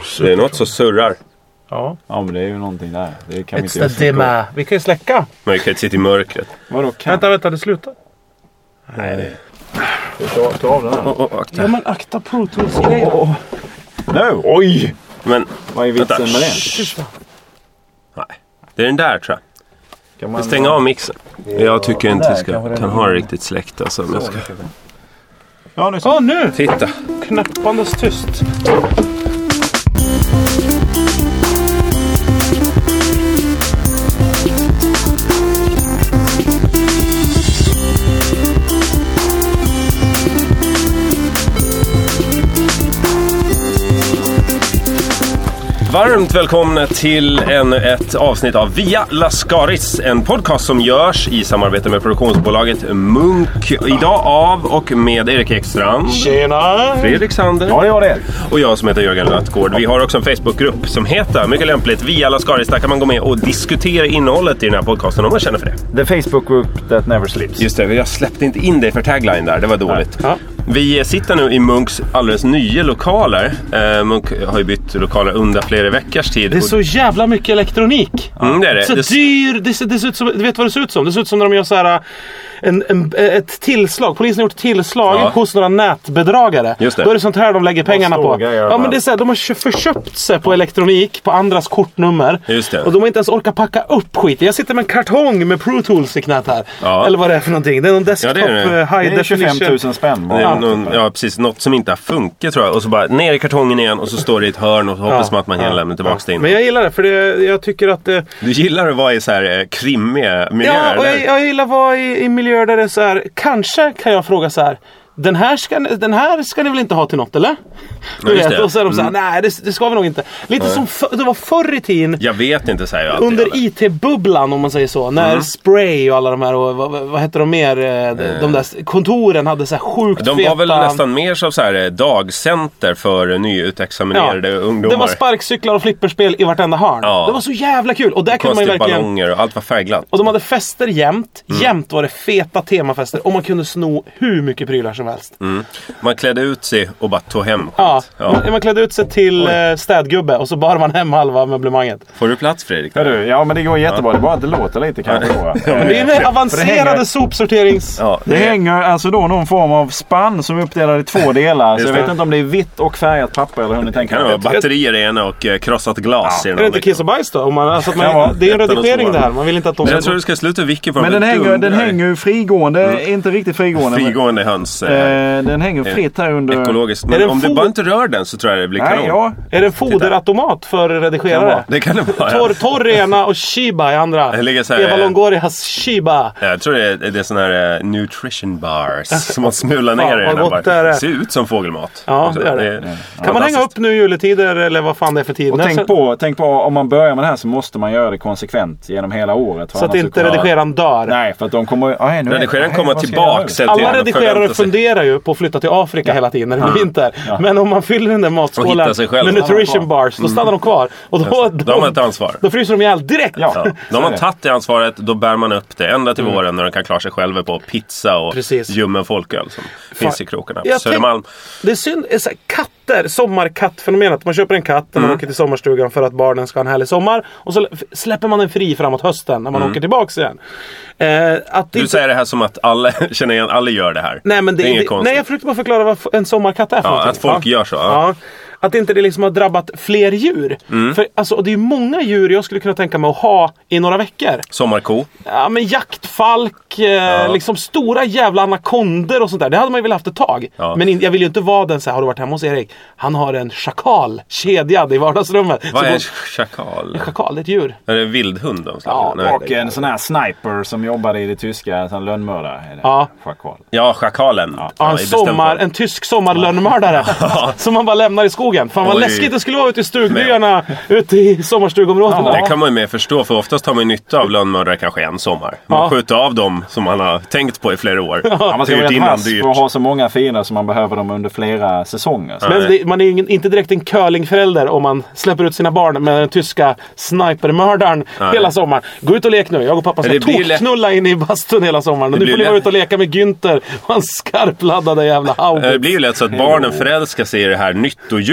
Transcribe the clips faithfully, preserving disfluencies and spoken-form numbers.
Det är något som surrar. Ja. Ja, men det är ju någonting där. Det kan vi inte göra. Dimma. Vi kan ju släcka. Men vi kan inte sitta i mörkret. Vadå kan? Vänta, vänta, det slutar. Nej, det... Ta, ta av den här. Oh, oh, akta. Ja, men akta Pro Tools-grejer. Oh, oh. No, oj! Men, vad är vitsen vänta. med den? Nej, det är den där tror jag. Kan man stänga av mixen? Jag tycker inte vi ska, kan, kan ha det riktigt släckt alltså. Men jag ska... Ja, nu. Ja, nu! Titta. Knäppandes tyst. Varmt välkomna till en, ett avsnitt av Via Lascaris, en podcast som görs i samarbete med produktionsbolaget Munk. Idag av och med Erik Ekstrand. Tjena! Fredrik Sander. Ja, det var det. Och jag som heter Jörgen Lötgård. Vi har också en Facebookgrupp som heter, mycket lämpligt, Via Lascaris. Där kan man gå med och diskutera innehållet i den här podcasten om man känner för det. The Facebook group that never sleeps. Just det, jag släppte inte in dig för tagline där, det var dåligt. Ja. Vi sitter nu i Munks alldeles nya lokaler. Eh, Munk har ju bytt lokaler under flera veckors tid. Det är så jävla mycket elektronik. Mm, det är det. Så det... dyr. Det ser, det ser ut som, du vet vad det ser ut som? Det ser ut som när de gör så här en, en, ett tillslag. Polisen har gjort tillslag ja. hos några nätbedragare. Just det. Då är det sånt här de lägger pengarna på. Ja, men det är så här, de har förköpt sig på elektronik på andras kortnummer. Just det. Och de har inte ens orkat packa upp skit. Jag sitter med en kartong med Pro Tools i knät här. Ja. Eller vad det är för någonting. Det är någon desktop ja, det är det. high det är definition. tjugofem tusen spänn. Det är någon, ja, precis. Något som inte har funkat tror jag. Och så bara ner i kartongen igen och så står det i ett hörn och så hoppas man att man kan ja. lämna tillbaka ja. det in. Men jag gillar det för det, jag tycker att det... Du gillar att vara i så här eh, krimmiga miljöer? Ja, och jag, jag gillar att vara i, i miljöer där det är så här... Kanske kan jag fråga så här... Den här, ska, den här ska ni väl inte ha till något, eller? Ja, just det. Och så är de så här, mm. nej det, det ska vi nog inte. Lite mm. som för, det var förr i tiden. Jag vet inte, säger jag alltid. Under I T-bubblan, om man säger så. När mm. Spray och alla de här, och vad, vad heter de mer? Mm. De där kontoren hade så här sjukt De feta... var väl nästan mer som så här dagcenter för nyutexaminerade ja. ungdomar. Det var sparkcyklar och flipperspel i vartenda hörn. Ja. Det var så jävla kul. Och där kunde man ju verkligen... ballonger och allt var färgglatt. Och de hade fester jämt. Mm. Jämt var det feta temafester. Och man kunde sno hur mycket prylar som helst. Mm. Man klädde ut sig och bara tog hem. Ja, ja. Man, man klädde ut sig till Oj. städgubbe och så bar man hem halva möblemanget. Får du plats, Fredrik? Ja, du, ja men det går jättebra. Det är bara att det låter lite kanske då. Men det är en avancerade hänger, sopsorterings... Ja, det, det hänger alltså då någon form av spann som är uppdelad i två delar. Så jag vet inte om det är vitt och färgat papper eller hur ni tänker. Det kan vara batterier i ena och uh, krossat glas ja. i den. Är det inte kiss och bajs då? Om man, alltså att man, ja, det är en redigering det här. Man vill inte att de... Men jag tror du ska sluta vilka för Men den hänger, den hänger ju frigående. Mm. Inte riktigt frigående. Frigående höns. Eh, den hänger fritt här under... Ekologiskt. Men om fod... du bara inte rör den så tror jag det blir kanon. Ja. Är det en foderautomat för redigerare? Det kan det vara. Torr, torr ena och Shiba i andra. Här, Eva Longorias Shiba. Jag tror det är, det är sån här uh, nutrition bars som man smular ner i. Ja, det. det ser ut som fågelmat. Ja, det är det. det är, kan man hänga upp nu i juletider eller vad fan det är för tid? Och tänk på, tänk på, om man börjar med det här så måste man göra det konsekvent genom hela året. Så att inte redigeraren dör. Nej, för att de kommer... Ah, nu redigeraren kommer tillbaka. Alla redigerare funderar ju på att flytta till Afrika ja. hela tiden när det blir vinter. Ja. Men om man fyller den där matskålen med nutrition bars, då stannar de kvar. Och då, då, de har ett ansvar. Då fryser de ihjäl direkt. Ja. Ja. De har tagit det ansvaret, då bär man upp det ända till mm. våren när de kan klara sig själva på pizza och Precis. ljummen folköl som Fan. finns i krokarna på Södermalm. Det är synd, är så här, katter, sommarkattfenomenet. Man köper en katt när man mm. åker till sommarstugan för att barnen ska ha en härlig sommar. Och så släpper man den fri framåt hösten när man mm. åker tillbaka igen. Eh, att du inte... säger det här som att alla känner igen, alla gör det här. Nej, men det, det är inget det, konstigt. Nej, jag försökte bara förklara vad en sommarkatt är för ja, någonting. Att folk ja. gör så. Ja. Ja. Att inte det liksom har drabbat fler djur. Mm. För alltså, det är många djur jag skulle kunna tänka mig att ha i några veckor. Sommarko. Ja, men jaktfalk, eh, ja. liksom stora jävla anakonder och sånt där. Det hade man ju väl haft ett tag. Ja. Men in, jag vill ju inte vara den så här, har du varit hemma hos Erik? Han har en schakal kedjad i vardagsrummet. Vad så är en schakal? En schakal, det är ett djur. Är det en vildhund? Ja, Nej. och en sån här sniper som jobbade i det tyska, en sån lönnmördare. Ja. Schakal. Ja, schakalen. Ja. Ja, en, sommar, en tysk sommarlönnmördare som man bara lämnar i skogen. Fan vad Oj. läskigt det skulle vara ute i stugbyarna, ute i sommarstugområdena. Ja. Det kan man ju mer förstå, för oftast har man nytta av lönnmördare kanske en sommar. Man ja. skjuter av dem som man har tänkt på i flera år. Ja, man ska ju innan dyrt. För att ha så många fiender som man behöver dem under flera säsonger. Men det, man är ju inte direkt en curlingförälder om man släpper ut sina barn med den tyska snipermördaren Nej. hela sommaren. Gå ut och lek nu. Jag och pappa ska tokknulla in i bastun hela sommaren. Och nu får ni vara ute och leka med Günther och hans skarpladdade jävla Hauber. Det blir ju lätt så att barnen förälskar sig i det här nyttodjuret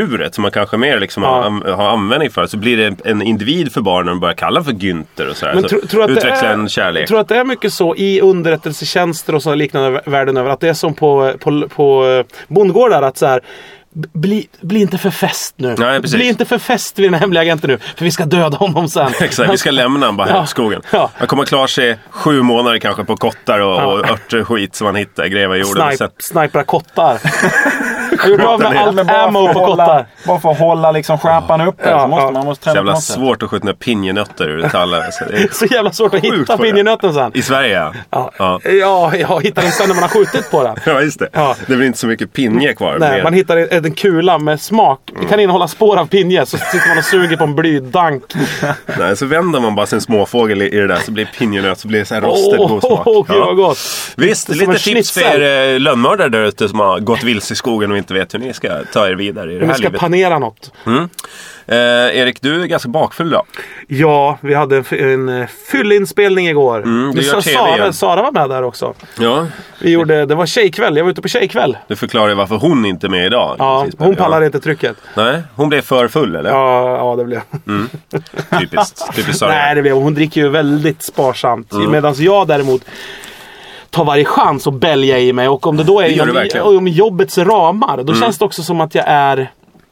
djuret som man kanske mer liksom ja. har, har användning för, så blir det en individ för barnen och börjar kalla för Günther och sådär. Men tro, tro utveckla en kärlek. Jag tror att det är mycket så i underrättelsetjänster och så liknande världen över, att det är som på, på, på bondgårdar, att så här, Bli, bli inte för fest nu. Nej, bli inte för fest vid den hemliga agenten nu, för vi ska döda honom sen. Exakt, vi ska lämna honom bara här ja. i skogen. Ja. Han kommer klara sig sju månader kanske på kottar och, ja. och örtskit som han hittar, gräva i jorden. Snipe, snipra kottar. Jag gjorde av med allt ammo på hålla, kottar. Bara för att hålla liksom skärpan uppe. Ja, så måste, ja. man måste träna. Så jävla svårt att skjuta ner pinjenötter ur tallar. Så, så jävla svårt att hitta pinjenötten sen. I Sverige, ja. Ja, ja. ja jag hittar den sen när man har skjutit på den. Ja, just det. Ja. Det blir inte så mycket pinje kvar. Nej, med. man hittar en, en kula med smak. Det kan innehålla spår av pinje. Så sitter man och suger på en blydank. Nej, så vänder man bara sin småfågel i, i det där, så blir pinjenöt, så blir det så här rostet oh, god smak. Åh, oh, gud vad gott. Visst, lite, lite tips för er lönnmördare där ute som har gått vilse i skogen och inte vet hur ni ska ta er vidare i det här livet. Vi ska livet. panera något. Mm. Eh, Erik, du är ganska bakfull då. Ja, vi hade en, en fyllinspelning igår. Mm, du gör T V Sara, igen. Sara var med där också. Ja. Vi gjorde, det var tjejkväll, jag var ute på tjejkväll. Du förklarar ju varför hon inte är med idag. Ja, hon pallar ja. inte trycket. Nej, hon blev för full eller? Ja, ja det blev mm. Typiskt, typiskt Sara. Nej, det blev hon. dricker ju väldigt sparsamt. Mm. Medan jag däremot tar varje chans att bälja i mig. Och om det då är det inom, om jobbets ramar, då mm. känns det också som att jag är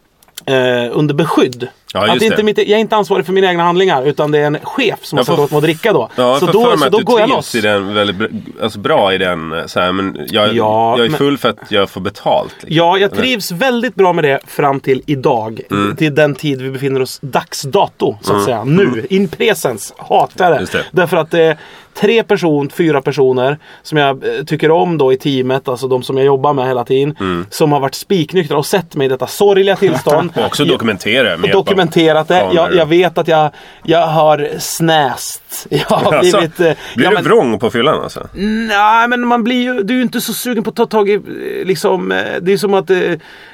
Eh, under beskydd. Ja, att inte mitt, jag är inte ansvarig för mina egna handlingar, utan det är en chef som har satt åt mig att dricka då. Ja, så då, så då går jag loss. I den, väldigt, alltså bra i den så här, men jag, ja, jag är men, full för att jag får betalt. Liksom. Ja, jag trivs Eller? väldigt bra med det fram till idag. Mm. Till den tid vi befinner oss dagsdato, så att mm. säga. Nu, mm. in presens, hatar det. det. Därför att det är tre personer, fyra personer som jag tycker om då i teamet, alltså de som jag jobbar med hela tiden, mm. som har varit spiknyktra och sett mig i detta sorgliga tillstånd. Och också dokumentera och dokumenterat det. Jag, jag vet att jag, jag har snäst. Jag har alltså, blivit... Blir ja, du men, vrång på fyllan alltså? Nej, men man blir ju... Du är ju inte så sugen på att ta tag i... Liksom, det är som att... Det,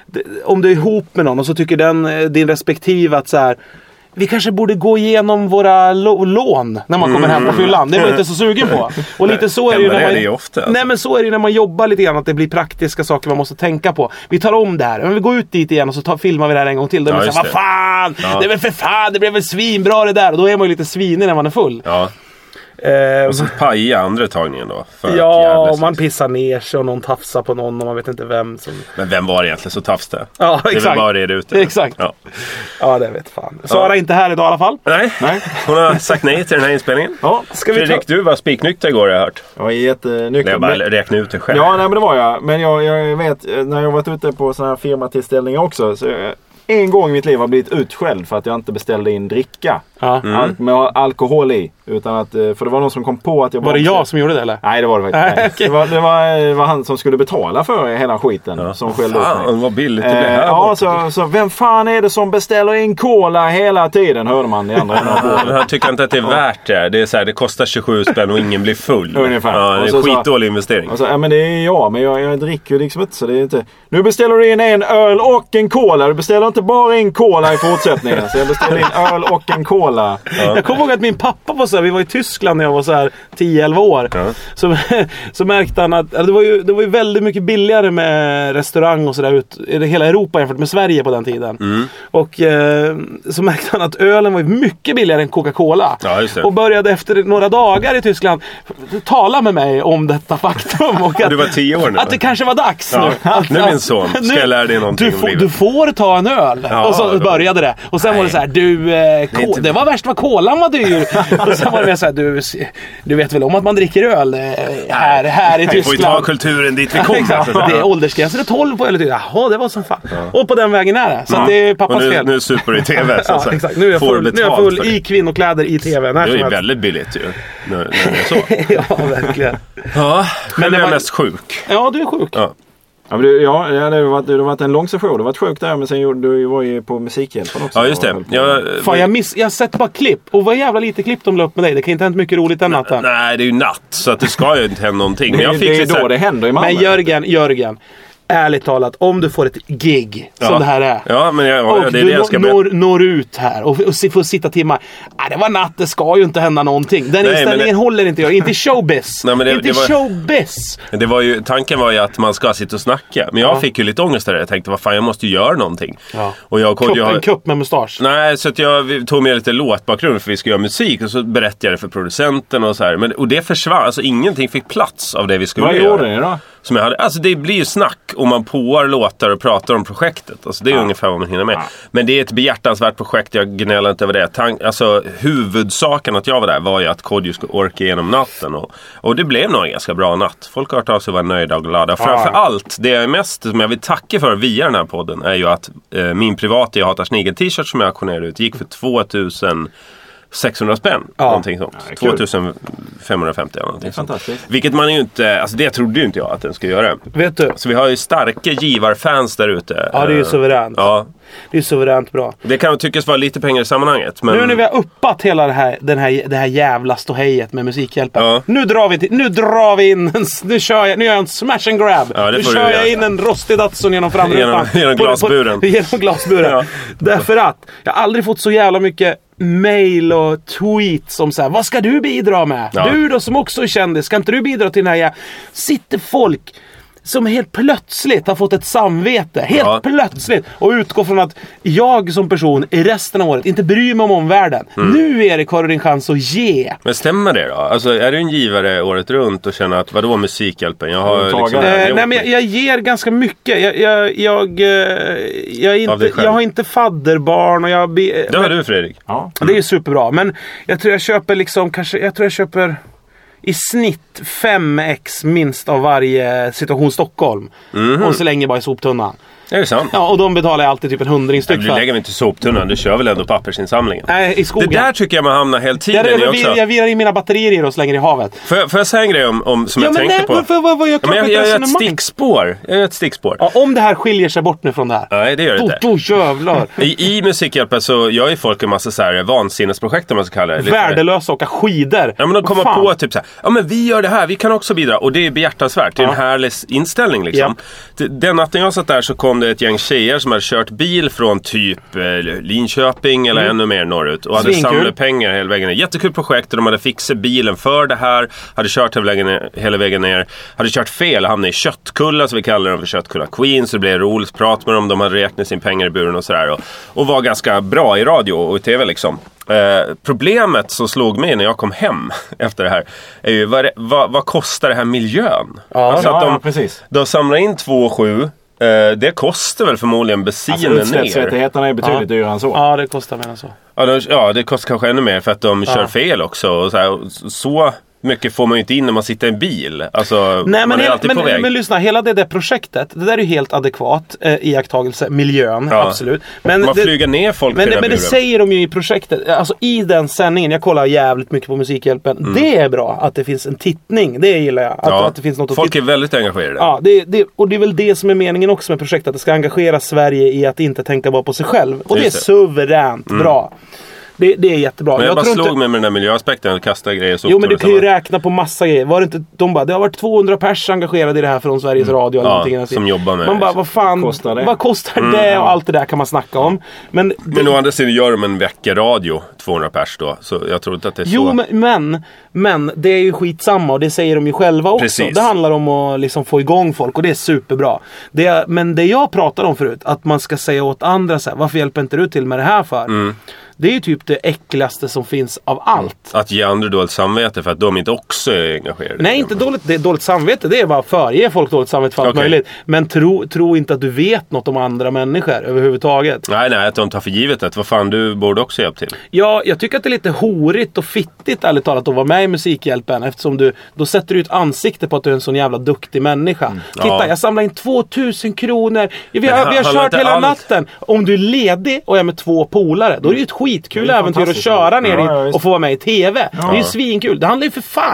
om du är ihop med någon och så tycker den, din respektive att så här... Vi kanske borde gå igenom våra lo- lån när man kommer mm. hem på fyllan. Det är man inte så sugen på. Och lite så är det ju när man, det ofta, alltså. Nej, men så är det ju när man jobbar lite grann, att det blir praktiska saker man måste tänka på. Vi tar om det här. Men vi går ut dit igen och så tar, filmar vi det här en gång till. Då är ja, man såhär, vad fan! Ja. Det är väl för fan, det blev väl svinbra det där. Och då är man ju lite svinig när man är full. Ja. Eh, och så paja andra tagningen då. För ja, och man pissar ner sig och någon tafsar på någon och man vet inte vem som... Men vem var det egentligen så tafste? Ja, exakt. Det är väl bara det ute. Exakt. Ja. ja, det vet fan. Sara är ja. inte här idag i alla fall. Nej, nej. Hon har sagt nej till den här inspelningen. Ja, ska vi Fredrik, ta... du var spiknykter igår, jag har hört. Jag var jättenykter. Jag bara räkna ut det själv. Ja, nej, men det var jag. Men jag, jag vet, när jag varit ute på sådana här firmatillställningar också, så jag, en gång i mitt liv har blivit utskälld för att jag inte beställde in dricka. Ja. Mm. Al- med alkohol i. Utan att, för det var någon som kom på att jag var... Var det jag som gjorde det eller? Nej, det var det faktiskt nej. Okay. det, var, det, var, det var han som skulle betala för hela skiten. Ja. Som skällde fan, ut mig. Vad billigt det blev här. Eh, ja, så, så vem fan är det som beställer in cola hela tiden? Hörde man i andra änden av bordet. Han tycker inte att det är värt det. Det är så här, det kostar tjugosju spänn och ingen blir full. Ungefär. Ja, det är en skitdålig investering. Och så, ja, men det är jag, men jag, jag dricker ju liksom inte, så det är inte... Nu beställer du in en öl och en cola. Du beställer inte bara in cola i fortsättningen. Så jag beställer in öl och en cola. Ja. Jag kommer ihåg att min pappa var så här, vi var i Tyskland när jag var så här tio elva år. Ja. Så, så märkte han att det var, ju, det var ju väldigt mycket billigare med restaurang och sådär ut i hela Europa jämfört med Sverige på den tiden. Mm. Och eh, så märkte han att ölen var ju mycket billigare än Coca-Cola. Ja, just det. Och började efter några dagar i Tyskland tala med mig om detta faktum. Och att, du var tio år nu. Att det kanske var dags ja. nu. Att, nu min son, ska jag lära dig någonting du, om får, livet. du får ta en öl. Ja, och så började det. Och sen nej. var det så här, du, eh, ko- det, det var värst vad kolan var dyr. Och sen var det mer så här, du, du vet väl om att man dricker öl eh, här, här i Tyskland. Vi får ju ta kulturen dit vi kommer. Det är åldersgränser, det är tolv på öl. Jaha, det var som fan. Ja. Och på den vägen är det. Så ja. att det är pappas och nu, fel. Nu super du i tv. Så ja, exakt. Nu är jag full, nu är jag full i kvinnokläder i tv. Det är ju väldigt billigt ju. Nu, nu så. Ja, verkligen. Ja, men jag är mest sjuk. Ja, du är sjuk. Ja. Ja, du, ja, det har varit, det har varit en lång session. Du har varit sjuk där, men sen du var ju på Musikhjälpen också. Ja, just det. Jag, Fan, jag, miss, jag har sett bara klipp. Och vad jävla lite klipp de la upp med dig. Det kan inte hända mycket roligt den natten. Nej, det är ju natt. Så att det ska ju inte hända någonting. Men jag fick det är så då det händer i Malmö. Men Jörgen, Jörgen. ärligt talat, om du får ett gig ja. som det här är. Ja, men jag, och det är du det jag ska når, når ut här och, och får sitta timmar. Nej, det var natt, det ska ju inte hända någonting. Den Nej, inställningen det... håller inte jag. Inte showbiz. Nej, men det, inte det var... showbiz. Det var ju, tanken var ju att man ska sitta och snacka. Men jag ja. fick ju lite ångest där. Jag tänkte, vad fan, jag måste ju göra någonting. Ja. Och jag, kupp, jag, en kupp med mustasch. Nej, så att jag tog med lite låtbakgrund för vi ska göra musik. Och så berättade jag det för producenten och så här. Men, och det försvann. Alltså ingenting fick plats av det vi skulle vad göra. Vad gjorde ni då? Som jag hade, alltså det blir ju snack om man påar låtar och pratar om projektet. Alltså det är ja. ungefär vad man hinner med. Ja. Men det är ett behjärtansvärt projekt, jag gnäller inte över det. Tank, alltså huvudsaken att jag var där var ju att Kodjo skulle orka igenom natten. Och, och det blev nog en ganska bra natt. Folk har hört av sig och var nöjda och glada. Ja. Framförallt, det är mest som jag vill tacka för via den här podden är ju att eh, min privata Jag hatar snigel t-shirt som jag auktionerade ut gick för tvåtusen sexhundra spänn, ja. någonting sånt. Ja, tvåtusen femhundrafemtio eller någonting sånt. Vilket man ju inte, alltså det trodde ju inte jag att den skulle göra. Vet du? Så vi har ju starka givarfans där ute. Ja, det är ju suveränt. Ja. Det är suveränt bra. Det kan tyckas vara lite pengar i sammanhanget. Men... Nu när vi har uppat hela det här, den här, det här jävla ståhejet med Musikhjälpen. Ja. Nu drar vi till, nu drar vi in, nu kör jag, nu gör jag en smash and grab. Ja, nu kör jag in en rostig Datsun genom framrutan. Genom, genom glasburen. På, på, genom glasburen. Ja. Därför att jag har aldrig fått så jävla mycket mail och tweets som så här, vad ska du bidra med? Ja. Du då som också är kändis, ska inte du bidra till den här? Sitter folk som helt plötsligt har fått ett samvete, helt ja. plötsligt, och utgår från att jag som person i resten av året inte bryr mig om omvärlden. Mm. Nu är det, har du din chans att ge. Men stämmer det då? Alltså är du en givare året runt och känner att, vadå Musikhjälpen? Jag har liksom... Eh, nej, men jag, jag ger ganska mycket. Jag, jag, jag, jag, är inte, jag har inte fadderbarn och jag... Be, det har du, Fredrik. Ja. Det är superbra. Men jag tror jag köper liksom, kanske, jag tror jag köper... i snitt fem ex minst av varje situation Stockholm. Mm-hmm. Och så länge bara i soptunnan. Är det sant? Ja, och de betalar jag alltid typ en hundring styck för. Du lägger mig inte soptunnan, du kör väl ändå pappersinsamlingen? Nej, i skogen. Det där tycker jag man hamnar hela tiden jag, jag, också. Jag virar i mina batterier i och slänger i havet. Får jag, får jag säga en grej om, om som ja, jag men tänkte nej, på? Varför, vad, vad, jag, ja, men jag, jag gör ett stickspår. Jag gör ett stickspår. Ja, om det här skiljer sig bort nu från det här. Nej, det gör det inte. Då, då jävlar. I, I Musikhjälpen så gör ju folk en massa så här vansinnesprojekt om man ska kalla det. Värdelösa åka skidor. Ja, men de kommer på typ så här, ja men vi gör det här, vi kan också bidra. Och det är behjärtansvärt, det är ja. en härlig inställning liksom. Ja. Den natten jag satt där så kom det ett gäng tjejer som hade kört bil från typ eh, Linköping eller mm. ännu mer norrut och hade Svinkul. samlat pengar hela vägen ner. Jättekul projekt och de hade fixat bilen för det här, hade kört hela vägen ner, hela vägen ner hade kört fel, hamnade i Köttkulla så vi kallar dem för Köttkulla Queen, så det blev roligt prat med dem, de hade räknat sin pengar i buren och sådär och, och var ganska bra i radio och i tv liksom. Eh, problemet som slog mig när jag kom hem efter det här är ju vad, vad, vad kostar det här miljön? Ja, alltså ja, att de, ja precis. De samlar in två komma sju. Uh, det kostar väl förmodligen bensinen alltså, ner. Utsläppsrättigheterna är betydligt ja. dyrare än så. Ja, det kostar mer än så. Ja, de, ja, det kostar kanske ännu mer för att de ja. kör fel också. Och så, här, så mycket får man ju inte in när man sitter i en bil. Alltså, nej, man men, är alltid men, på väg. Men lyssna, hela det där projektet, det där är ju helt adekvat eh, iakttagelse, miljön, ja. absolut. Men man det, flyger ner folk men, till men det säger de ju i projektet, alltså i den sändningen, jag kollar jävligt mycket på Musikhjälpen, mm. det är bra att det finns en tittning, det gillar jag. Att, ja. att det finns något folk att är väldigt engagerade. Ja, det, det, och det är väl det som är meningen också med projektet, att det ska engagera Sverige i att inte tänka bara på sig själv. Och Just det är suveränt mm. bra. Det, det är jättebra. Men jag, jag bara slog inte... mig med den där miljöaspekten och kastade grejer så. Jo, men du kan ju räkna på massa grejer. Var det inte, de bara, det har varit tvåhundra pers engagerade i det här från Sveriges mm. Radio eller ja, någonting. som jobbar med man bara, vad fan kostar det? Vad kostar mm, det? ja. Och allt det där kan man snacka om. Men, men det... å andra sidan gör de en vecka radio tvåhundra pers då. Så jag tror inte att det är så. Jo, men, men, men det är ju skitsamma och det säger de ju själva också. Precis. Det handlar om att liksom få igång folk och det är superbra. Det, men det jag pratade om förut, att man ska säga åt andra så här, varför hjälper inte du till med det här för? Mm. Det är ju typ det äckligaste som finns av allt. Att ge andra dåligt samvete för att de inte också är engagerade. Nej, inte dåligt, det är dåligt samvete. Det är bara för ge folk dåligt samvete för allt okay. möjligt. Men tro, tro inte att du vet något om andra människor överhuvudtaget. Nej, nej, att de tar för givet att vad fan, du borde också hjälpa till. Ja, jag tycker att det är lite horigt och fittigt ärligt talat att vara med i Musikhjälpen. Eftersom du, då sätter du ett ansikte på att du är en sån jävla duktig människa. Mm. Titta, ja. jag samlar in tvåtusen kronor. Vi har, vi har kört hela allt. natten. Om du är ledig och är med två polare, då är det ju ett skitkul äventyr att köra ner ja, ja, och få vara med i tv. Ja. Det är ju svinkul. Det handlar ju för fan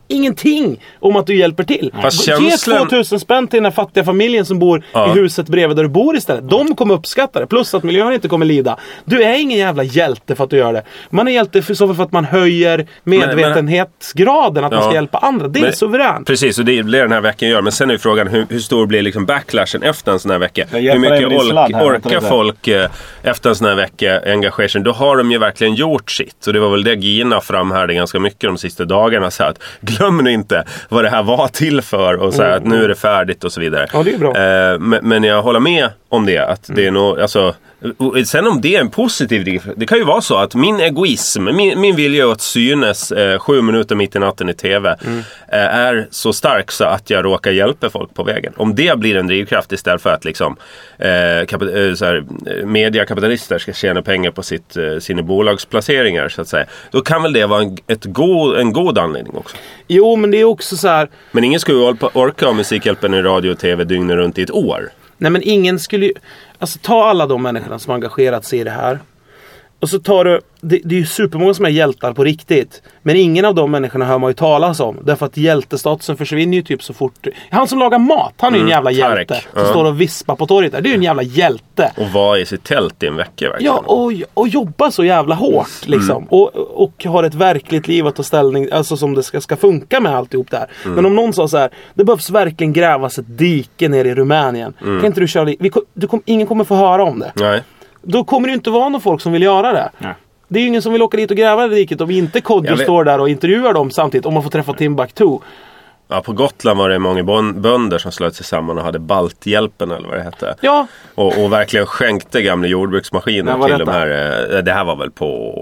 ingenting om att du hjälper till. Fast Ge känslan... tvåtusen spänn till den här fattiga familjen som bor ja. i huset bredvid där du bor istället. De kommer uppskatta det. Plus att miljön inte kommer lida. Du är ingen jävla hjälte för att du gör det. Man är hjälte för, så för att man höjer medvetenhetsgraden att ja. man ska hjälpa andra. Det är men, suveränt. Precis, och det blir den här veckan gör. Men sen är ju frågan hur, hur stor blir liksom backlashen efter en sån här vecka? Hur mycket ork, orkar folk eh, efter en sån här vecka engagera sig? Då har de ju verkligen gjort sitt. Och det var väl det Gina framhärde ganska mycket de sista dagarna. Så att glöm nu inte vad det här var till för och så här, mm. att nu är det färdigt och så vidare. Ja, det är bra. Eh, men, men jag håller med om det. Att mm. det är nog, alltså, sen om det är en positiv, det kan ju vara så att min egoism, min, min vilja att synes eh, sju minuter mitt i natten i tv mm. eh, är så stark så att jag råkar hjälpa folk på vägen. Om det blir en drivkraft istället för att liksom eh, kapit- eh, så här, mediakapitalister ska tjäna pengar på sitt, eh, sina bolagsplaceringar så att säga, då kan väl det vara en, ett god, en god anledning också. Jo, men det är också så här. Men ingen skulle ju orka ha Musikhjälpen i radio och tv dygnet runt i ett år. Nej, men ingen skulle ju... Alltså ta alla de människorna som har engagerat sig i det här. Och så tar du... Det, det är ju supermånga som är hjältar på riktigt. Men ingen av de människorna hör man ju talas om. Därför att hjältestatusen försvinner ju typ så fort... Han som lagar mat, han är ju en jävla mm, hjälte. Tarek. Som uh-huh. står och vispar på torget. Det är ju en jävla hjälte. Och var i sitt tält i en vecka verkligen. Ja, och, och jobba så jävla hårt liksom. Mm. Och, och har ett verkligt liv att ta ställning... Alltså som det ska, ska funka med alltihop där. Mm. Men om någon sa så här: det behövs verkligen grävas ett dike ner i Rumänien. Mm. Kan inte du köra... Vi, du kom, ingen kommer få höra om det. Nej. Då kommer det ju inte vara någon folk som vill göra det. Nej. Det är ju ingen som vill åka dit och gräva det diket om inte Kodjo står där och intervjuar dem samtidigt. Om man får träffa Timbuktu. Ja, på Gotland var det många bönder som slöt sig samman och hade Balthjälpen eller vad det hette. Ja. Och, och verkligen skänkte gamla jordbruksmaskiner till de här... Det här var väl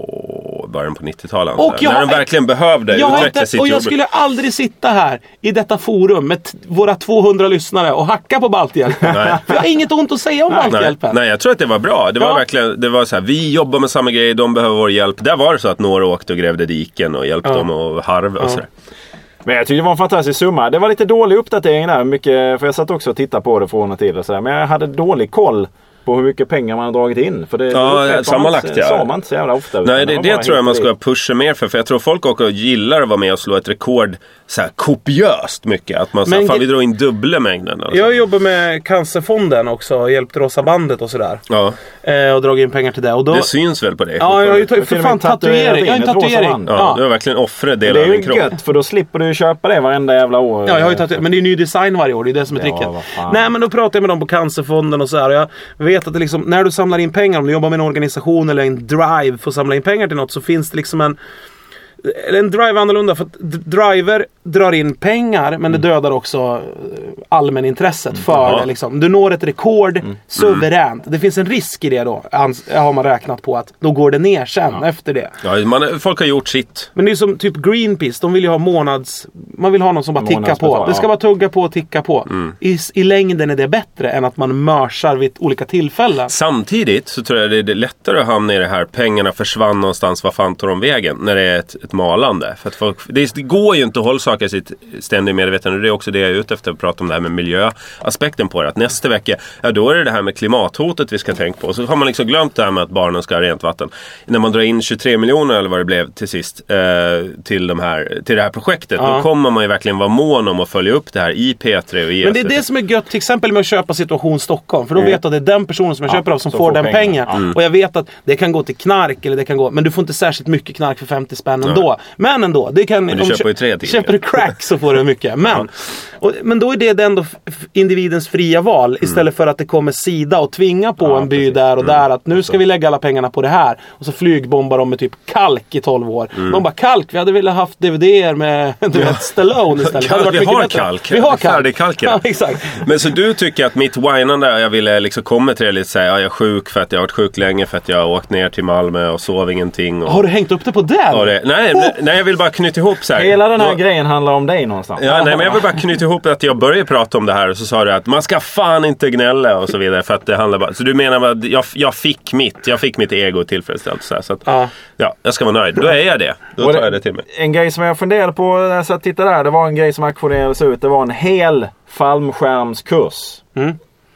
på början på nittiotalet. Och jag, när de verkligen behövde jag utveckla inte, sitt Och jag jordbruk. skulle aldrig sitta här i detta forum med t- våra tvåhundra lyssnare och hacka på Balthjälpen. För jag har inget ont att säga om nej, Balthjälpen. Nej, nej, jag tror att det var bra. Det var ja. verkligen, det var så här, vi jobbar med samma grej, de behöver vår hjälp. Där var det så att några åkte och grävde diken och hjälpte ja. dem och harva och ja. sådär. Men jag tyckte det var en fantastisk summa. Det var lite dålig uppdatering där. Mycket, för jag satt också och tittade på det från och till. Och så där. Men jag hade dålig koll på hur mycket pengar man har dragit in. För det, ja, det sammanlagt, man, ja. sa man inte så jävla ofta. Nej, det, det, det tror jag man ska pusha mer för. För jag tror folk också gillar att vara med och slå ett rekord så här kopiöst mycket. Att man så fan vi drar in dubbla mängden. Alltså. Jag jobbar med Cancerfonden också och hjälpt Rosa bandet och sådär. Ja. Eh, och dragit in pengar till det. Och då... Det syns väl på det? Ja, jag har ju tagit för fan tatuering. Jag har en tatuering. Ja, ja. Du har verkligen offrat del av din kropp. Det är ju gött, för då slipper du köpa det varenda jävla år. Ja, jag har ju tatuering. Men det är ju ny design varje år. Det är det som är tricket. Ja, nej, men då pratar jag med dem på Cancerfonden och så här. Och jag vet att det liksom, när du samlar in pengar, om du jobbar med en organisation eller en drive för att samla in pengar till något, så finns det liksom en eller en drive annorlunda, för att driver drar in pengar, men det dödar också allmänintresset för ja. det liksom. Du når ett rekord mm. suveränt. Det finns en risk i det då, har man räknat på, att då går det ner sen ja. efter det. Ja, man, folk har gjort sitt. Men det är som typ Greenpeace, de vill ju ha månads... Man vill ha någon som bara tickar på. Det ska ja. bara tugga på och ticka på. Mm. I, I längden är det bättre än att man mörsar vid olika tillfällen. Samtidigt så tror jag det är lättare att hamna i det här, pengarna försvann någonstans, vad fan tar de vägen? När det är ett, ett malande. För att folk, det, det går ju inte att hålla saker i sitt ständiga medvetande. Det är också det jag är ute efter att prata om, det här med miljöaspekten på det. Att nästa vecka, ja då är det det här med klimathotet vi ska tänka på. Så har man liksom glömt det här med att barnen ska ha rent vatten. När man drar in tjugotre miljoner eller vad det blev till sist eh, till, de här, till det här projektet, ja. då kommer man ju verkligen vara mån om att följa upp det här i P tre och i Men det är det som är gött, till exempel med att köpa Situation Stockholm. För då mm. vet du att det är den personen som jag ja, köper av som får, får den pengar. pengar. Mm. Och jag vet att det kan gå till knark, eller det kan gå, men du får inte särskilt mycket knark för femtio spänn ändå. Ja. Men ändå, det kan, men du om köper ju tre till. Köper du crack så får du mycket. Men, ja. och, men då är det ändå individens fria val, mm. istället för att det kommer sida och tvinga på ja, en by precis. där och mm. där att nu ska vi lägga alla pengarna på det här. Och så flygbombar de med typ kalk i tolv år. Mm. De bara, kalk, vi hade velat haft D V D-er med du vet, Stallone istället. Kalk, vi har kalk. Vi har kalk. kalk. Ja, exakt. Men så du tycker att mitt whinande, jag ville liksom komma till det lite säga, ja, jag är sjuk för att jag har varit sjuk länge, för att jag har åkt ner till Malmö och sov ingenting. Och... Har du hängt upp det på den? Det, nej, oh. nej, jag vill bara knyta ihop så här. Hela den här då, grejen handlar om dig någonstans. Ja, nej, men jag vill bara knyta ihop att jag började prata om det här och så sa du att man ska fan inte gnälla och så vidare, för att det handlar bara... Så du menar att jag, jag fick mitt, jag fick mitt ego tillfredsställt så, här, så att ja. ja, jag ska vara nöjd. Då är jag det. Då tar jag det till mig. En grej som jag funderade på när jag satt och tittade där, det var en grej som auktionerades ut. Det var en hel fallskärmskurs. Mm.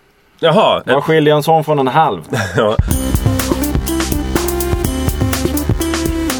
Jaha. Vad skiljer en sån från en halv? Ja.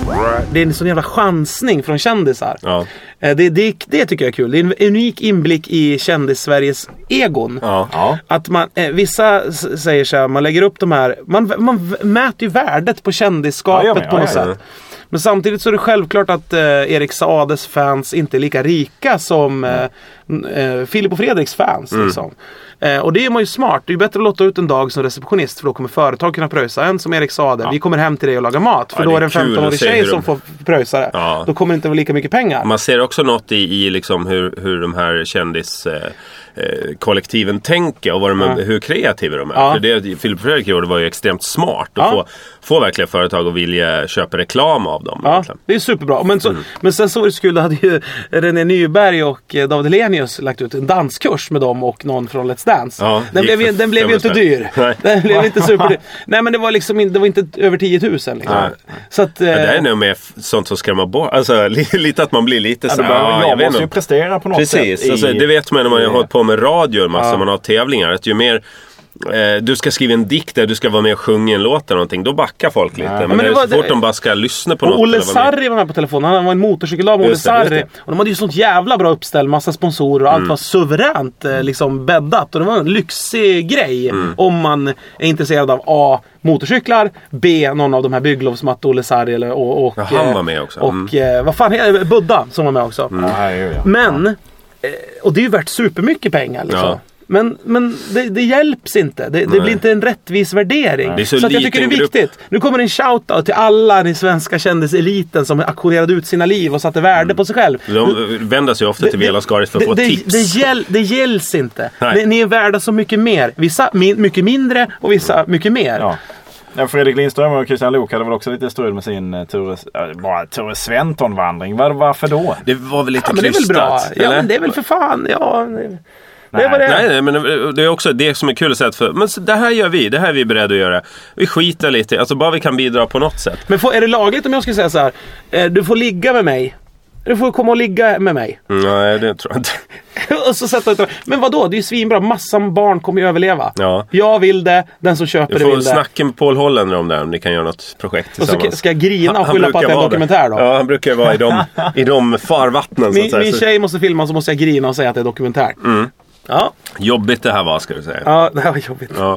det är en sån jävla chansning från kändisar. Ja. Det, det, det tycker jag är kul. Det är en unik inblick i kändis-Sveriges egon. Ja. Ja. Att man, eh, vissa s- säger så här, man lägger upp de här, man, man mäter ju värdet på kändisskapet Ja, ja, ja, på något ja, ja. sätt. Men samtidigt så är det självklart att eh, Erik Saades fans inte är lika rika som eh, eh, Filip och Fredriks fans. Mm. Liksom. Eh, och det är man ju smart. Det är ju bättre att låta ut en dag som receptionist, för då kommer företag kunna pröjsa en som Erik Saade. Vi kommer hem till dig och laga mat. För Ja, då det är det är en kul femton-årig att se tjej hur de- som får pröjsa det. Ja. Då kommer det inte vara lika mycket pengar. Man ser också något i, i liksom hur, hur de här kändis eh, eh, kollektiven tänker och vad de, Ja. hur kreativa de är. Ja. För det Filip och Fredrik gjorde var ju extremt smart att Ja. få, få verkliga företag att vilja köpa reklam av dem. Ja, egentligen. det är superbra. Men, så, men sen så var det så kul, då hade ju René Nyberg och eh, David Hellenius lagt ut en danskurs med dem och någon från Let's Dance. Ja, den gick blev, ju- för den blev ju inte fem dyr. Nej. Den blev inte superdyr. Nej, men det var liksom in, det var inte över tio tusen. Liksom. Nej. Så att, eh, Ja, det är nog mer f- sånt som skrämmer bort. Alltså li, lite att man blir lite Ja, så då här, behöver- ja, jag jag vet måste ju inte. prestera på något Precis, sätt. alltså, i- det vet man när man har i- hållit på med radio en massa, Ja. man har tävlingar. Att ju mer eh, du ska skriva en dikt där du ska vara med och sjunga en låt eller någonting, då backar folk lite. Men, men det det var- så fort det- de bara ska lyssna på och något. Olle eller vara med- Sarri var med på telefonen. Han var en motorcykeldag med Olle Just det, just Sarri. det. Och de hade ju sånt jävla bra uppställ. Massa sponsorer och allt Mm. var suveränt eh, liksom bäddat. Och det var en lyxig grej. Mm. Om man är intresserad av A. Motorcyklar. B. Någon av de här bygglovsmatte Olle Sarri. Eller, och, och, Ja, han eh, var med också. Och Mm. eh, vad fan heter Buddha som var med också. Ja, ja, ja. Men, eh, och det är ju värt supermycket pengar liksom. Ja. Men, men det, det hjälps inte. Det, det Nej. blir inte en rättvis värdering. Det är så så att jag tycker det är liten grupp. viktigt. Nu kommer en shoutout till alla den svenska kändiseliten som auktionerade ut sina liv och satte värde på sig själv. De vänder sig ofta till Vela Skaris för att det, få det, tips. Det, gäll, det gälls inte. Nej. Ni, ni är värda så mycket mer. Vissa min, mycket mindre och vissa mycket mer. Ja. Ja, Fredrik Lindström och Christian Lok hade väl också lite strul med sin uh, Ture, uh, bara Ture Sventon-vandring. Var, varför då? Det var väl lite Ja, men det är väl bra. krystat, Ja, eller? men det är väl för fan. Ja, det, det Nej. var det. Nej, nej, men det är också det som är kul att säga. För, men så det här gör vi, det här är vi beredda att göra. Vi skiter lite, alltså bara vi kan bidra på något sätt. Men får, är det lagligt om jag skulle säga så här? Eh, du får ligga med mig. Du får komma och ligga med mig. Mm, nej, det tror jag inte. och så sätta ett, men vadå? Det är ju svinbra. Massa barn kommer ju överleva. Ja. Jag vill det. Den som köper Du det får vill det. snacka med Paul Hollander om det, om ni kan göra något projekt Och så tillsammans. ska jag grina och Han- han skylla på att brukar det är en vara dokumentär då. Ja, han brukar ju vara i de, i de farvattnen så att Min, säga. min Så- tjej måste filma, så måste jag grina och säga att det är dokumentär. Mm. Ja. Jobbigt det här var, ska du säga. Ja, det här var jobbigt. Ja.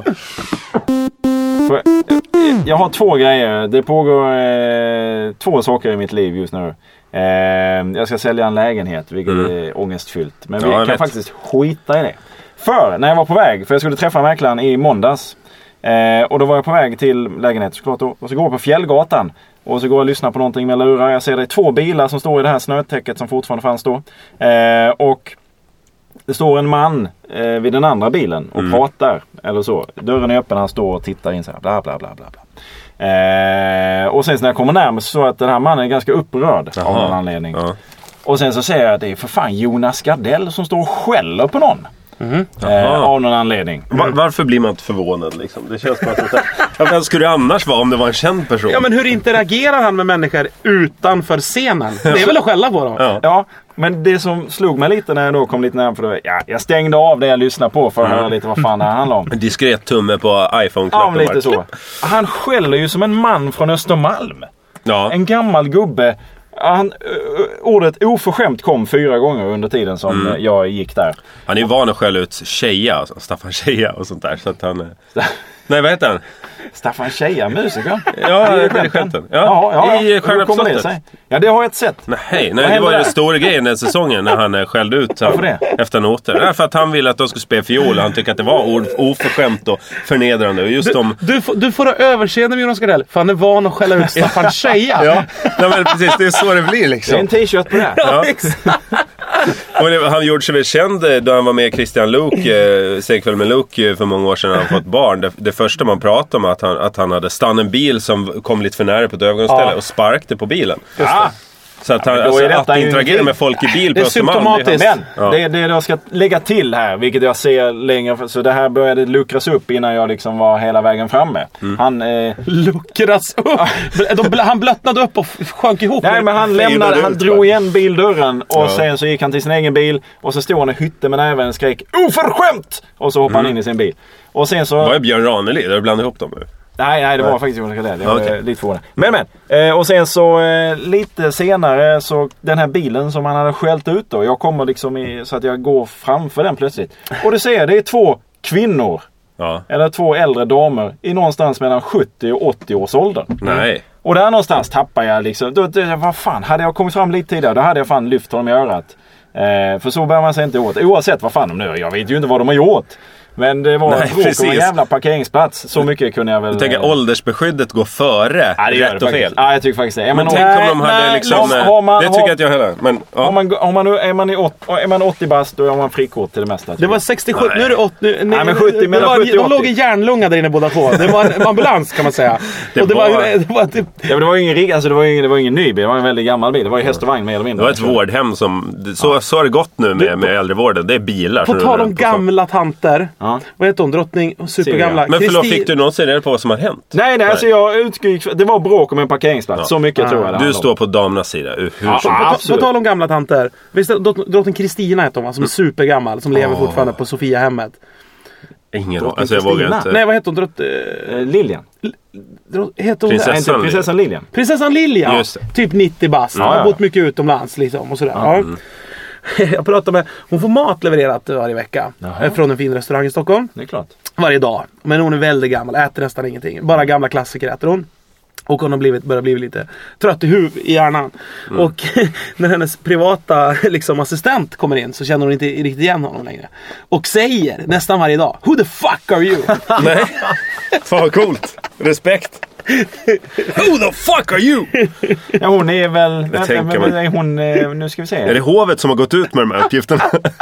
För, eh, jag har två grejer. Det pågår eh, två saker i mitt liv just nu. Eh, jag ska sälja en lägenhet, vilket Mm. är ångestfyllt. Men Ja, vi jag kan vet. faktiskt skita i det. För när jag var på väg, för jag skulle träffa mäklaren i måndags. Eh, och då var jag på väg till lägenheten såklart då. Och så går jag på Fjällgatan. Och så går jag och lyssnar på någonting med lurar. Jag ser det är två bilar som står i det här snötäcket som fortfarande fanns då. Eh, och det står en man eh, vid den andra bilen och Mm. pratar. Eller så. Dörren är öppen, han står och tittar in så här. Bla bla bla bla bla. Eh, och sen när jag kommer närmare så att den här mannen är ganska upprörd Jaha. av någon anledning. Ja. Och sen så ser jag att det är för fan Jonas Gardell som står och skäller på någon. Mhm. Eh, Jaha. av någon anledning. Va- varför blir man inte förvånad liksom? Det känns som att det, ja, vem skulle det annars vara om det var en känd person? Ja, men hur interagerar han med människor utanför scenen? Det är väl att skälla på dem? Ja. Ja, men det som slog mig lite när jag då kom lite närmare, för då, ja, jag stängde av det jag lyssnade på för att Mm. höra lite vad fan det här handlar om. En diskret tumme på Ja, iPhone-knappen. men lite bara. så. Han skäller ju som en man från Östermalm. Ja. En gammal gubbe. Han, ö, ordet oförskämt kom fyra gånger under tiden som Mm. eh, jag gick där. Han är ju van att skälla ut Tjeja, alltså, Staffan Tjeja och sånt där. Så att han... eh, Nej, vad heter han? Staffan Tjeja, musiker. Ja, I det är skämten. skämten. Ja, Ja, ja, i ja. Stjärna Hur på kommer det slottet. sig? Ja, det har jag inte sett. Nej, Vad nej det hände var ju där? den stora grejen den säsongen när han eh, skällde ut han Varför det? efter noter. Nej, för att han ville att de skulle spela fiol och han tyckte att det var ord, oförskämt och förnedrande. Och just Du, de... du, får, du får ha överseende med Jonas Gardell, för han är van att skälla ut Staffan Tjeja. Ja, nej, men precis. Det är så det blir Det är liksom. en t-shirt på det. Ja, exakt. Och det, han gjorde sig väl känd eh, då han var med Christian Luuk, eh, Segkväll med Luuk eh, för många år sedan när han fått barn. Det, det första man pratade om att han, att han hade stannat en bil som kom lite för nära på ett övergångsställe Ja. och sparkade på bilen. Ja. Så att, han, men då är alltså, detta att ju interagera ingenting. med folk i bil Det är på Östermalm, symptomatiskt. Men Ja. det, det jag ska lägga till här, vilket jag ser längre, så det här började luckras upp innan jag liksom var hela vägen framme. Mm. Han, eh, Luckras upp. De, bl- han blöttnade upp och f- sjönk ihop. nej men han Fejade lämnade, han ut, drog va? igen bildörren och Ja. sen så gick han till sin egen bil och så stod han och hytte med näven och skrek oförskämt! Och så hoppade han in i sin bil. Och sen så... Vad är Björn Ranelid? Har du blandat ihop dem nu? Nej, nej, det var nej. faktiskt Jonas Gardell. Jag okay. var lite förvånad. Men, men. Eh, och sen så eh, lite senare så den här bilen som han hade skällt ut då. Jag kommer liksom i, så att jag går framför den plötsligt. Och det ser jag, det är två kvinnor. Ja. Eller två äldre damer i någonstans mellan sjuttio och åttio års ålder. Nej. Och där någonstans tappar jag liksom. Då, det, vad fan, hade jag kommit fram lite tidigare, då hade jag fan lyft honom i örat. Eh, för så bär man sig inte åt. Oavsett vad fan de nu, jag vet ju inte vad de har gjort. Men det var Nej, bråk om en jävla parkeringsplats. Så mycket kunde jag väl... Jag tänker eh... åldersbeskyddet går före ja, det rätt och fel. Ja, jag tycker faktiskt det. Ja, men men tänk nej, om de hade nej, liksom... har man, det tycker har, jag att jag heller. Men, ja. om man, om man, är, man i åt, är man åttio bast, då har man frikort till det mesta. Det var sextiosju, nu är det åttio. Nu, nej, men sjuttio, det var, sjuttio, de låg i järnlunga där inne båda två. Det var en ambulans kan man säga. Det och det var... var, det var typ... Ja, men det var ju ingen, alltså, det var ingen, det var ingen ny bil, det var en väldigt gammal bil. Det var ju häst och vagn mer eller mindre. Det var ett vårdhem som... Så, så har det gått nu med, med äldrevården. Det är bilar. På tal om gamla tanter. Ja. Vad heter hon? Drottning, supergamla. Men förlåt, fick du någonsin reda på vad som har hänt? Nej, nej, nej. Alltså jag utgick... Det var bråk om en parkeringsplats. Ja. Så mycket ah. tror jag det. Du står på damernas sida. Hur ja, som ja, på, på tal om gamla tanter. Visst, drottning Kristina heter hon, som är supergammal. Som lever oh. fortfarande på Sofiahemmet. Ingen aning. Alltså jag vågar inte. Nej, vad heter hon? Drott, eh, Lilian. Drott, heter hon prinsessan, prinsessan Lilian. Prinsessan Lilian. Ja. Typ nittio bast. Ja, ja. Har bott mycket utomlands liksom och sådär. Ja. Mm. Jag pratar med... Hon får mat levererat varje vecka. Jaha. Från en fin restaurang i Stockholm. Det är klart. Varje dag. Men hon är väldigt gammal. Äter nästan ingenting. Bara gamla klassiker äter hon. Och hon har blivit, börjar bli lite trött i huvudet, i hjärnan. Mm. Och när hennes privata liksom, assistent kommer in så känner hon inte riktigt igen honom längre. Och säger nästan varje dag: Who the fuck are you? Nej, fan vad coolt. Respekt. Who the fuck are you? Ja, hon är väl... Jag tänker men, är hon, nu ska vi se. Är det hovet som har gått ut med de här uppgifterna?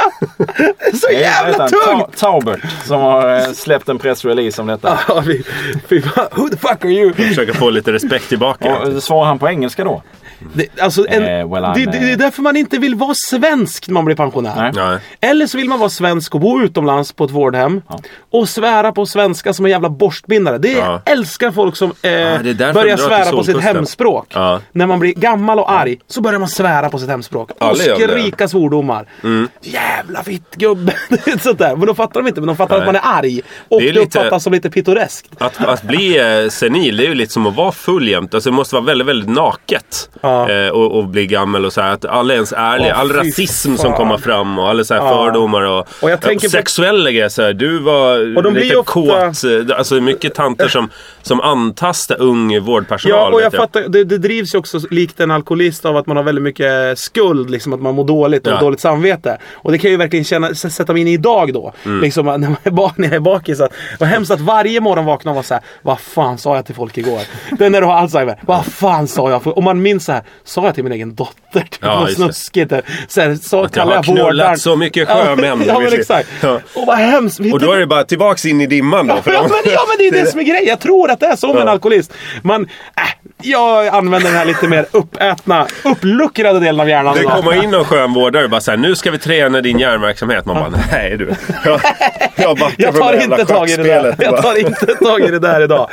Så jävla tungt! Taubert som har släppt en pressrelease om detta. Ja, vi, vi, who the fuck are you? Jag försöker få lite respekt tillbaka. Och svarar han på engelska då? Det, alltså en, eh, well, det, det, det är därför man inte vill vara svensk när man blir pensionär. Nej. Eller så vill man vara svensk och bo utomlands på ett vårdhem. Ja. Och svära på svenska som en jävla borstbindare. Det ja. älskar folk som eh, ja, börjar svära på sitt hemspråk. Ja. När man blir gammal och arg så börjar man svära på sitt hemspråk. Och skrika svordomar. Mm. Jävla fittgubbe. Sånt där. Men de fattar de inte. Men de fattar Nej. att man är arg. Och det, är det lite, uppfattas som lite pittoreskt. Att, att bli eh, senil, det är ju lite som att vara full jämt. Alltså det måste vara väldigt, väldigt naket. Ja. Eh, och, och bli gammal och så här, att alla är ens ärliga, oh, all rasism fan. som kommer fram och alla så här ja. fördomar och, och, jag tänker och sexuella grejer så här, du var och de lite ofta... kåt, alltså mycket tanter som, som antastar ung vårdpersonal. Ja, och jag, jag. fattar, det, det drivs ju också likt en alkoholist av att man har väldigt mycket skuld, liksom att man mår dåligt och ja. dåligt samvete. Och det kan ju verkligen känna, sätta mig in i idag då, mm. liksom när man är bak, när jag är bakis, att vad hemskt att varje morgon vakna och vara så här: vad fan sa jag till folk igår? Det är när du har Alzheimer. Vad fan sa jag? Och man minns så här: sa jag till min egen dotter? Det var ja, snuskigt. Så, här, så att jag har knullat vårdaren. Så mycket sjömän. Ja, men exakt. Ja. Och vad hemskt. Och då är det bara tillbaks in i dimman då. För ja, men, ja, men det är det som är grejen. Jag tror att det är som ja. en alkoholist. Man, äh, jag använder den här lite mer uppätna, uppluckrade delen av hjärnan. Det kommer in någon skönvårdare och bara så här: nu ska vi träna din hjärnverksamhet. Man bara, nej du. Jag, jag, jag tar inte tag i det där. Jag tar inte tag i det där idag.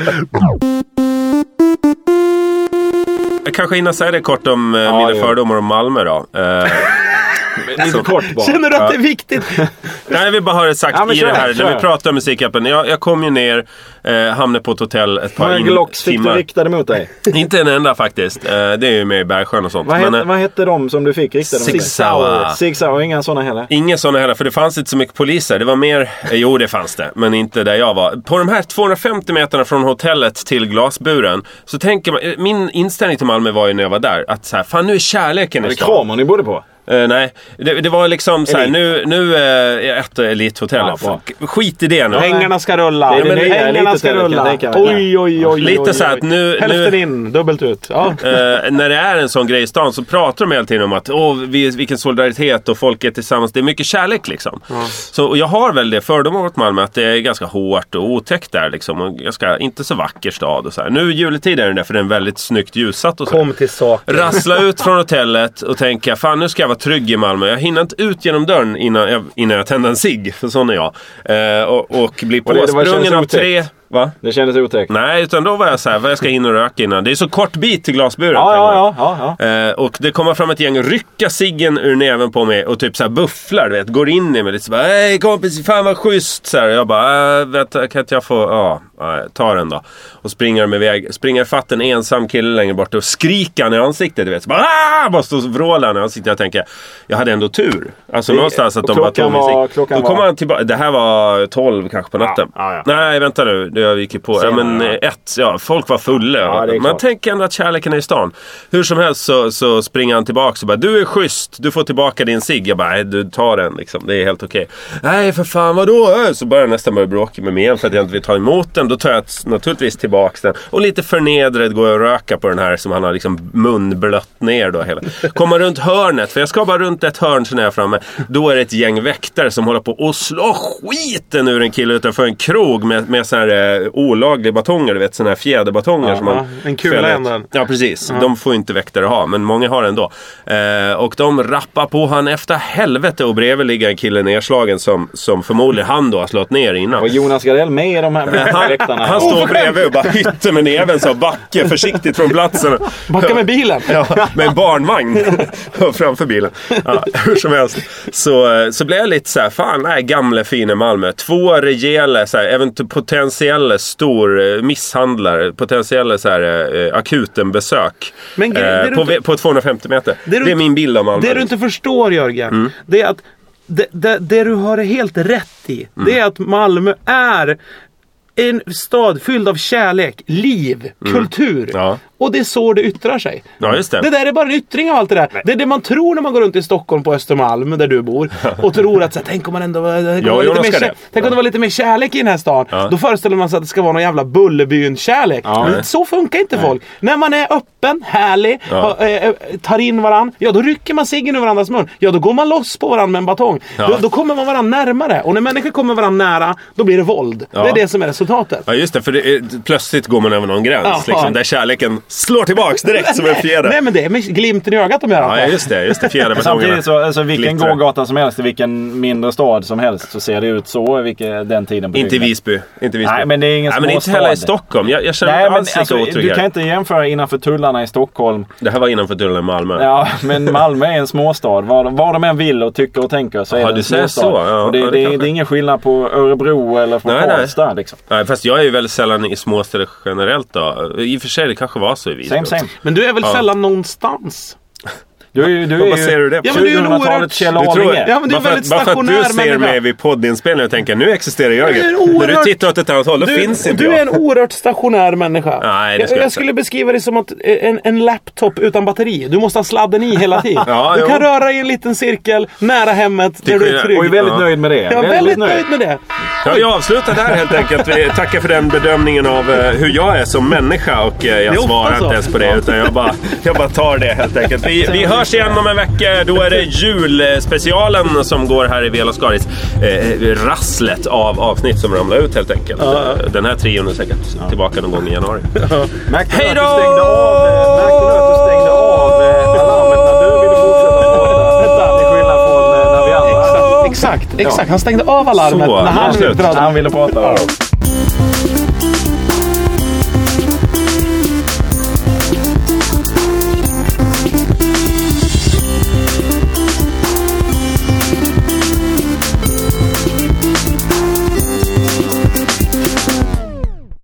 Jag kanske hinner säga det kort om ja, mina ja. fördomar om Malmö då. Uh, Lite kort bara. Känner du att det är viktigt? Nej, jag vill bara ha det sagt ja, i det här. När vi pratar om musikappen. Jag, jag kom ju ner, eh, hamnade på ett hotell ett par in- Glocks fick du riktade mot dig? Inte en enda faktiskt. Eh, det är ju med i Bergsjön och sånt. Vad, Men, het, vad hette de som du fick riktade mot dig? Six Hour. Six Hour, inga sådana heller? Inga sådana heller, för det fanns inte så mycket poliser. Det var mer, eh, jo det fanns det, men inte där jag var. På de här tvåhundrafemtio meterna från hotellet till glasburen så tänker man, min inställning till Malmö var ju när jag var där, att så här, fan nu är kärleken i stan. Var det Kramer ni bodde på? Uh, nej, det, det var liksom så här, nu, nu är uh, ett elithotell. Ja, skit i det nu. Pengarna ska rulla. Det är det Pengarna ska rulla. Oj, oj, oj. Lite så här att nu... Hälften nu, in, dubbelt ut. Ja. Uh, när det är en sån grej i stan så pratar de hela tiden om att åh, vi, vilken solidaritet och folk är tillsammans. Det är mycket kärlek liksom. Ja. Så och jag har väl det fördomar åt Malmö att det är ganska hårt och otäckt där liksom. Och jag ska, inte så vacker stad och så här. Nu juletid är det där för det är en väldigt snyggt ljussatt och så. Kom till saken. Rassla ut från hotellet och tänka, fan nu ska jag vara trygg i Malmö. Jag hinner inte ut genom dörren innan jag, innan jag tänder en cigg, för sån är jag. Eh, och, och blir påsprungen av tre... Va? Det kändes otäckt. Nej, utan då var jag så här, vad jag ska in och röka innan. Det är så kort bit till glasburen. Ja, ja, ja, ja, ja. Eh, och det kommer fram ett gäng, rycka ciggen ur näven på mig och typ så här bufflar, du vet, går in i mig lite så bara, hej kompis, fan vad schysst, så här. Jag bara, äh, vänta, kan inte jag få, ja, ta den då. Och springer med väg, springer fatt en ensam kille längre bort och skriker han i ansiktet, du vet, så bara, ah! Bara stå och vråla han i ansiktet. Jag tänker, jag hade ändå tur. Alltså det, någonstans att de bara tog mig sig. Då kommer han tillbaka, det här var tolv kanske på natten. Ja, ja, ja. Nej, vänta nu, det jag gick ju på. Ja, men ett, ja, folk var fulla. Ja, man tänker ändå att kärleken är i stan. Hur som helst så, så springer han tillbaka och bara, du är schysst, du får tillbaka din cigg. Jag bara, nej, du tar den liksom, det är helt okej. Nej, för fan, vadå? Så börjar jag nästan börja bråka med mig igen för att jag inte vill ta emot den. Då tar jag naturligtvis tillbaka den. Och lite förnedret går jag och röka på den här som han har liksom munblött ner då hela. Kommer runt hörnet, för jag ska bara runt ett hörn så när jag är framme. Då är det ett gäng väktare som håller på och slår skiten ur en kille utanför en krog med, med så här eh, olagliga batonger, du vet, såna här fjäderbatonger. Ja, som man en kula änden. Ja, precis. Ja. De får inte väktare ha, men många har ändå. Eh, och de rappar på han efter helvete och bredvid ligger en kille nedslagen som, som förmodligen han då har slått ner innan. Och Jonas Gardell med i de här väktarna. Han står bredvid och bara hytter med näven så backar försiktigt från platsen. Backa med bilen. Ja, med en barnvagn framför bilen. Ja, hur som helst. Så, så blev jag lite så här, fan, nej, gamla fina Malmö. Två rejäla, så här, eventuellt potentiella stor misshandlare, potentiella så här, eh, akutenbesök. Men eh, på, inte, på tvåhundrafemtio meter. Det, det är min bild av Malmö. Det du inte förstår, Jörgen, mm. det är att det, det, det du har helt rätt i, mm. det är att Malmö är en stad fylld av kärlek, liv, mm. kultur. Ja. Och det är så det yttrar sig. Ja, just det. Det där är bara en yttring av allt det där. Nej. Det är det man tror när man går runt i Stockholm på Östermalm där du bor. Och tror att så här, tänk om man ändå tänk om, ja, lite mer, kär, tänk om det var lite mer kärlek i den här stan. Ja. Då föreställer man sig att det ska vara någon jävla Bullerbyn-kärlek. Ja. Men så funkar inte Nej. folk. När man är öppen, härlig, ja. ha, äh, tar in varann, ja då rycker man ciggen ur varandras mun. Ja, då går man loss på varandra med en batong. Ja. Då, då kommer man varandra närmare. Och när människor kommer varandra nära, då blir det våld. Ja. Det är det som är resultatet. Ja, just det. För det är, plötsligt går man över någon gräns. Ja. Liksom, där kärleken slår tillbaks direkt som en fjäder. Nej, men det är med glimten i ögat de gör. Ja, just det. Just det, fjäder. Samtidigt så, alltså, vilken gågata som helst i vilken mindre stad som helst så ser det ut så vilken, den tiden. På inte Visby. Inte Visby. Nej, men det är ingen Nej, men inte heller i Stockholm. Jag, jag känner Nej, men, alls alltså, lika du kan inte jämföra innanför tullarna i Stockholm. Det här var innanför tullarna i Malmö. Ja, men Malmö är en småstad. Vad, vad de än vill och tycker och tänker så är Aha, det en småstad. Så? Ja, och det, ja, det, det, det är ingen skillnad på Örebro eller från Karlstad. Liksom. Nej, fast jag är ju väldigt sällan i småstäder generellt då. I och för sig det kanske var så i Visby. Same, same. Men du är väl ja. sällan någonstans? Du är ju, du är ju ser du det? Ja, men du är en oerhört Kjell Arlinge. Ja, men du är väldigt stationär människa. Bara för att du ser mig vid poddinspelningen och tänker, nu existerar Jörgen. Oerhört... När du tittar åt ett annat håll, då du, finns inte Du jag. är en oerhört stationär människa. Nej, det jag, jag skulle beskriva det som att en, en laptop utan batteri. Du måste ha sladden i hela tiden. Ja, du jo. kan röra i en liten cirkel nära hemmet där du är trygg. Och är väldigt ja. nöjd med det. Jag är väldigt, väldigt nöjd. nöjd med det. Ja, jag avslutar där helt enkelt. Vi tackar för den bedömningen av uh, hur jag är som människa. Och uh, jag svarar inte ens på det. Utan jag bara, jag bara tar det helt enkelt. Vi, vi hörs igen om en vecka. Då är det julspecialen som går här i Vela Skaris. Eh, rasslet av avsnitt som ramlar ut helt enkelt. Ja, ja. Den här trion är säkert ja. tillbaka någon gång i januari. Ja. Hej då! Märkte du att du stängde av alarmet när du ville fortsätta prata? Till skillnad från när vi andra. Exakt, exakt. exakt. Han stängde av alarmet Så, när han, han, han ville prata.